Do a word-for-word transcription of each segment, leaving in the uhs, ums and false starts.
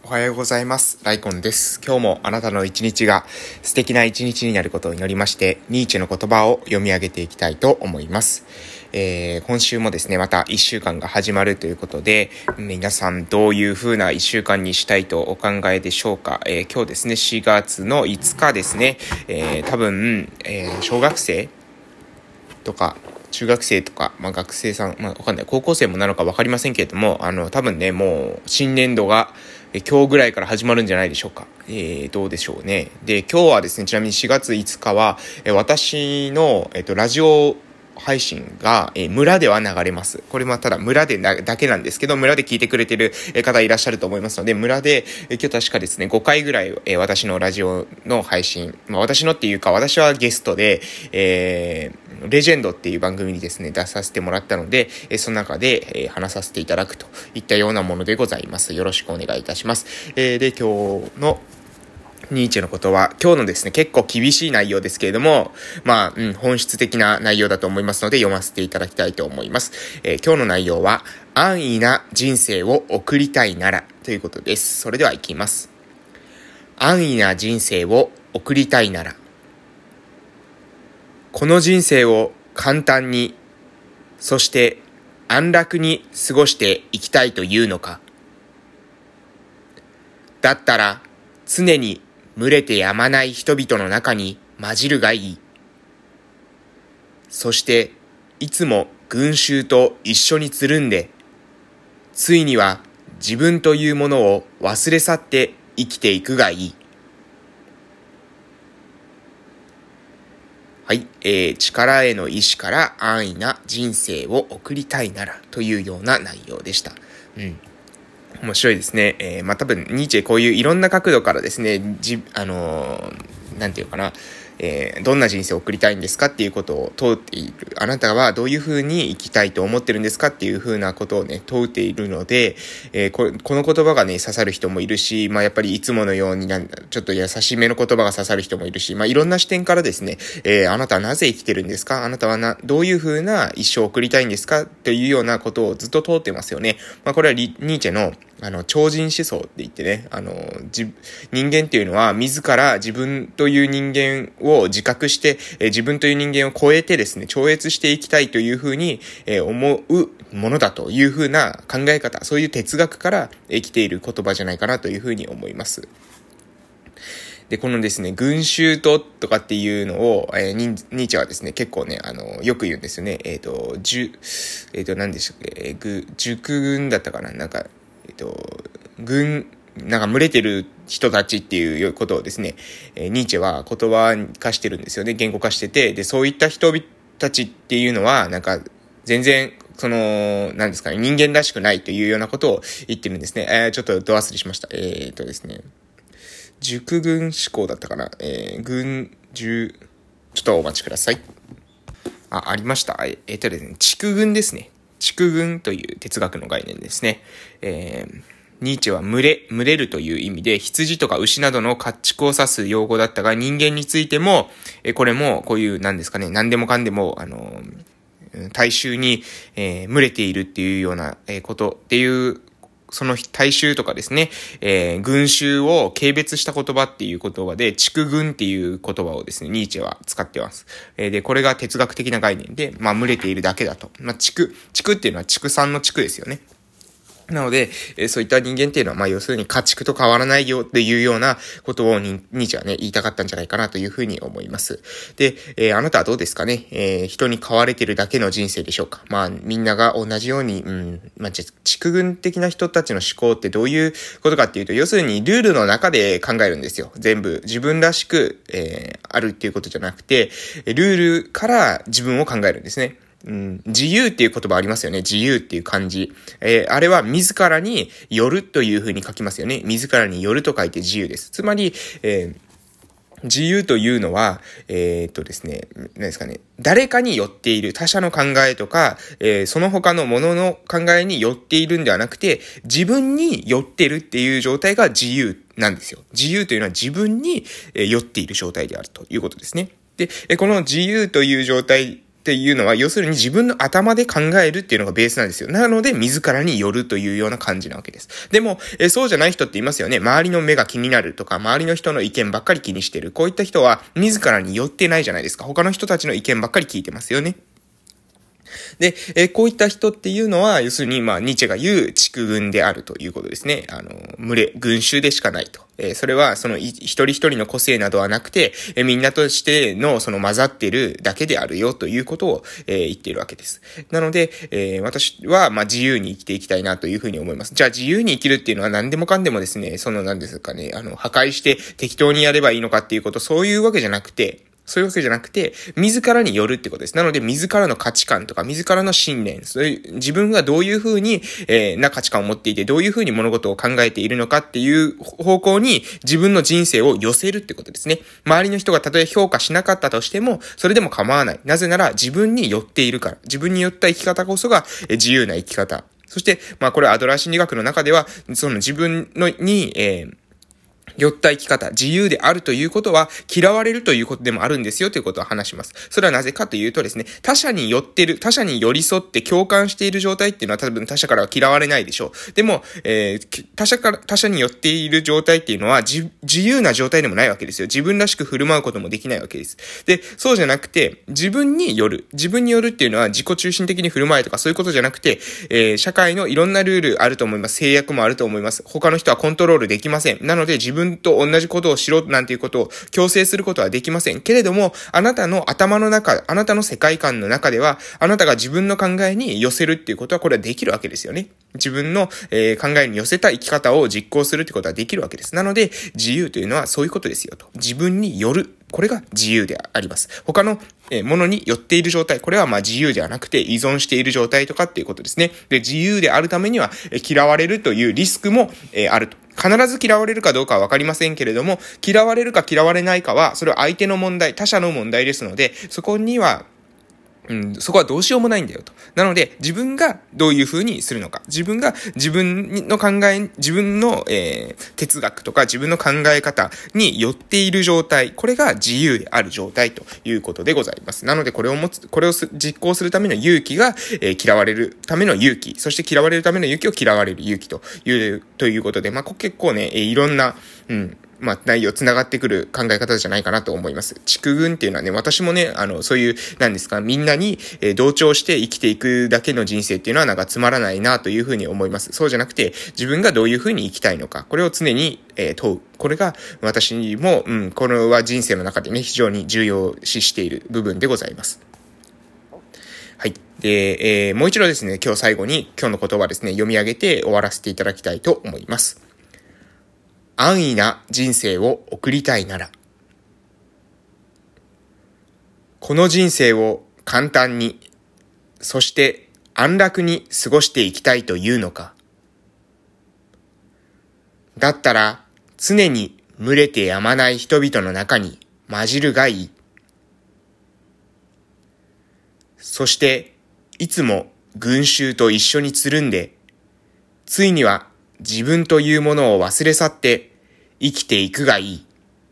おはようございます。ライコンです。今日もあなたの一日が素敵な一日になることを祈りまして、ニーチェの言葉を読み上げていきたいと思います。えー、今週もですね、また一週間が始まるということで、皆さんどういう風な一週間にしたいとお考えでしょうか。えー、今日ですね、しがつのいつかですね、えー、多分、えー、小学生とか、中学生とか、まあ、学生さん、まあ、わかんない。高校生もなのかわかりませんけれども、あの、多分ね、もう、新年度が、え今日ぐらいから始まるんじゃないでしょうか。えー、どうでしょうね。で、今日はですね、ちなみにしがついつかは、え私の、えっと、ラジオ配信が、えー、村では流れます。これはただ村でなだけなんですけど、村で聞いてくれてる方いらっしゃると思いますので、村で、えー、今日確かですね、ごかいぐらい、えー、私のラジオの配信、まあ私のっていうか、私はゲストで、えー、レジェンドっていう番組にですね、出させてもらったので、えー、その中で、えー、話させていただくといったようなものでございます。よろしくお願いいたします。えー、で、今日のニーチェのことは、今日のですね、結構厳しい内容ですけれども、まあ、うん、本質的な内容だと思いますので、読ませていただきたいと思います。えー、今日の内容は、安易な人生を送りたいなら、ということです。それではいきます。安易な人生を送りたいなら、この人生を簡単に、そして安楽に過ごしていきたいというのか。だったら、常に群れてやまない人々の中に混じるがいい。そして、いつも群衆と一緒につるんで、ついには自分というものを忘れ去って生きていくがいい。はい、えー、力への意志から安易な人生を送りたいならというような内容でした。うん。面白いですね。えー、まあ、多分、ニーチェこういういろんな角度からですね、じ、あのー、なんていうかな、えー、どんな人生を送りたいんですかっていうことを問うている。あなたはどういうふうに生きたいと思ってるんですかっていうふうなことをね、問うているので、えー、こ, この言葉がね、刺さる人もいるし、まあ、やっぱりいつものようになんだ、ちょっと優しめの言葉が刺さる人もいるし、まあ、いろんな視点からですね、えー、あなたはなぜ生きてるんですか？あなたはな、どういうふうな一生を送りたいんですか？というようなことをずっと問うてますよね。まあ、これはニーチェのあの、超人思想って言ってね、あの、じ、人間っていうのは自ら自分という人間を自覚して、えー、自分という人間を超えてですね、超越していきたいというふうに、えー、思うものだというふうな考え方、そういう哲学から生きている言葉じゃないかなというふうに思います。で、このですね、群衆ととかっていうのを、えー、ニーチェはですね、結構ね、あの、よく言うんですよね。えっと、じゅ、えっと、何でしたっけ、えー、ぐ、塾群だったかななんか、えっと、軍、なんか群れてる人たちっていうことをですね、えー、ニーチェは言葉化してるんですよね。言語化してて、で、そういった人たちっていうのは、なんか、全然、その、何ですかね、人間らしくないというようなことを言ってるんですね。えー、ちょっとド忘れしました。えー、っとですね、塾軍思考だったかな。えー、軍、塾、ちょっとお待ちください。あ、ありました。えー、っとですね、畜軍ですね。畜群という哲学の概念ですね。えー、ニーチェは群れ、群れるという意味で、羊とか牛などの家畜を指す用語だったが、人間についても、えー、これもこういう、なんですかね、何でもかんでも、あのー、大衆に、えー、群れているっていうような、えー、ことっていう、その大衆とかですね、えー、群衆を軽蔑した言葉っていう言葉で、畜群っていう言葉をですね、ニーチェは使ってます。えー、で、これが哲学的な概念で、まあ、群れているだけだと。まあ、畜、畜っていうのは畜産の畜ですよね。なので、えー、そういった人間っていうのは、まあ、要するに家畜と変わらないよっていうようなことをニーチェはね、言いたかったんじゃないかなというふうに思います。で、えー、あなたはどうですかね、えー、人に飼われてるだけの人生でしょうか。まあ、みんなが同じように、うん、まあ、畜群的な人たちの思考ってどういうことかっていうと、要するにルールの中で考えるんですよ。全部、自分らしく、えー、あるっていうことじゃなくて、ルールから自分を考えるんですね。うん、自由っていう言葉ありますよね。自由っていう漢字。えー、あれは自らによるという風に書きますよね。自らによると書いて自由です。つまり、えー、自由というのは、えー、っとですね、何ですかね、誰かによっている他者の考えとか、えー、その他のものの考えによっているんではなくて、自分によってるっていう状態が自由なんですよ。自由というのは自分によっている状態であるということですね。で、この自由という状態っていうのは、要するに自分の頭で考えるっていうのがベースなんですよ。なので、自らによるというような感じなわけです。でも、えそうじゃない人っていますよね。周りの目が気になるとか、周りの人の意見ばっかり気にしてる。こういった人は、自らによってないじゃないですか。他の人たちの意見ばっかり聞いてますよね。で、えー、こういった人っていうのは、要するに、まあ、ニーチェが言う畜群であるということですね。あの、群れ、群衆でしかないと。えー、それは、その、一人一人の個性などはなくて、えー、みんなとしての、その混ざってるだけであるよということを、えー、言っているわけです。なので、えー、私は、まあ、自由に生きていきたいなというふうに思います。じゃあ、自由に生きるっていうのは何でもかんでもですね、その、何ですかね、あの、破壊して適当にやればいいのかっていうこと、そういうわけじゃなくて、そういうわけじゃなくて、自らによるってことです。なので、自らの価値観とか、自らの信念、そういう、自分がどういう風に、えー、な価値観を持っていて、どういう風に物事を考えているのかっていう方向に、自分の人生を寄せるってことですね。周りの人がたとえ評価しなかったとしても、それでも構わない。なぜなら、自分に寄っているから。自分に寄った生き方こそが、えー、自由な生き方。そして、まあ、これはアドラー心理学の中では、その自分のに、えー、寄った生き方、自由であるということは嫌われるということでもあるんですよということを話します。それはなぜかというとですね、他者に寄ってる、他者に寄り添って共感している状態っていうのは多分他者からは嫌われないでしょう。でも、えー、他者から、他者に寄っている状態っていうのは自、自由な状態でもないわけですよ。自分らしく振る舞うこともできないわけです。で、そうじゃなくて、自分に寄る。自分に寄るっていうのは自己中心的に振る舞いとかそういうことじゃなくて、えー、社会のいろんなルールあると思います。制約もあると思います。他の人はコントロールできません。なので自分自分と同じことをしろなんていうことを強制することはできません。けれども、あなたの頭の中、あなたの世界観の中では、あなたが自分の考えに寄せるっていうことは、これはできるわけですよね。自分の、えー、考えに寄せた生き方を実行するってことはできるわけです。なので、自由というのはそういうことですよと。自分に寄る。これが自由であります。他のものに寄っている状態。これはまあ自由ではなくて依存している状態とかっていうことですね。で、自由であるためには嫌われるというリスクもあると。必ず嫌われるかどうかはわかりませんけれども、嫌われるか嫌われないかは、それは相手の問題、他者の問題ですので、そこには、うん、そこはどうしようもないんだよと。なので、自分がどういう風にするのか。自分が自分の考え、自分の、えー、哲学とか自分の考え方に寄っている状態。これが自由である状態ということでございます。なので、これを持つ、これを実行するための勇気が、えー、嫌われるための勇気。そして嫌われるための勇気を嫌われる勇気という、ということで、まあ、結構ね、えー、いろんな、うん、まあ、内容つながってくる考え方じゃないかなと思います。畜群っていうのはね、私もね、あの、そういう、なんですか、みんなに、えー、同調して生きていくだけの人生っていうのはなんかつまらないなというふうに思います。そうじゃなくて、自分がどういうふうに生きたいのか、これを常に、えー、問う。これが私も、うん、これは人生の中でね、非常に重要視している部分でございます。はい。で、えー、もう一度ですね、今日最後に今日の言葉ですね、読み上げて終わらせていただきたいと思います。安易な人生を送りたいなら、この人生を簡単に、そして安楽に過ごしていきたいというのか。だったら、常に群れてやまない人々の中に混じるがいい。そして、いつも群衆と一緒につるんで、ついには自分というものを忘れ去って生きていくがいい。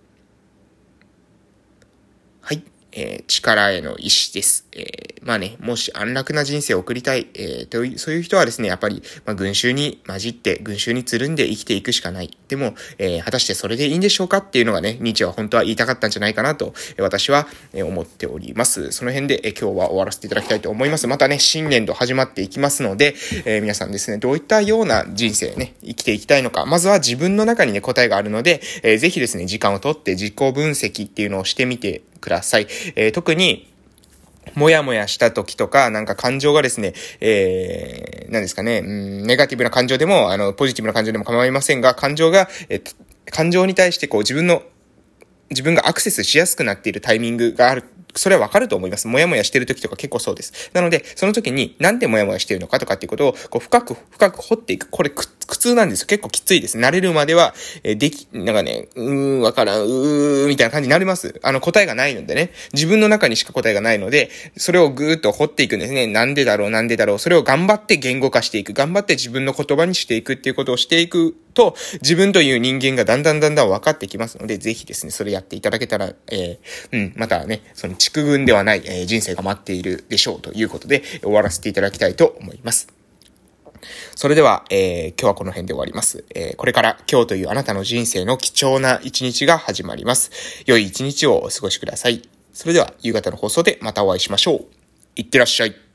はい。えー、力への意志です。えー、まあね、もし安楽な人生を送りたい、えー、という、そういう人はですね、やっぱり、まあ、群衆に混じって、群衆につるんで生きていくしかない。でも、えー、果たしてそれでいいんでしょうかっていうのがね、ニーチェは本当は言いたかったんじゃないかなと、えー、私は、えー、思っております。その辺で、えー、今日は終わらせていただきたいと思います。またね、新年度始まっていきますので、えー、皆さんですね、どういったような人生ね、生きていきたいのか、まずは自分の中にね、答えがあるので、えー、ぜひですね、時間をとって自己分析っていうのをしてみてください。えー、特に、もやもやした時とか、なんか感情がですね、えー、何ですかね、うん、ネガティブな感情でも、あの、ポジティブな感情でも構いませんが、感情が、えー、感情に対してこう自分の、自分がアクセスしやすくなっているタイミングがある。それはわかると思います。もやもやしてる時とか結構そうです。なので、その時になんでもやもやしてるのかとかっていうことを、こう深く深く掘っていく。これ苦痛なんですよ。結構きついです。慣れるまでは、えー、でき、なんかね、うーん、わからん、うー、みたいな感じになります。あの、答えがないのでね。自分の中にしか答えがないので、それをぐーっと掘っていくんですね。なんでだろう、なんでだろう。それを頑張って言語化していく。頑張って自分の言葉にしていくっていうことをしていくと、自分という人間がだんだんだんだん分かってきますので、ぜひですね、それやっていただけたら、えー、うん、またね、その畜群ではない、えー、人生が待っているでしょうということで、終わらせていただきたいと思います。それでは、えー、今日はこの辺で終わります。えー、これから今日というあなたの人生の貴重な一日が始まります。良い一日をお過ごしください。それでは夕方の放送でまたお会いしましょう。いってらっしゃい。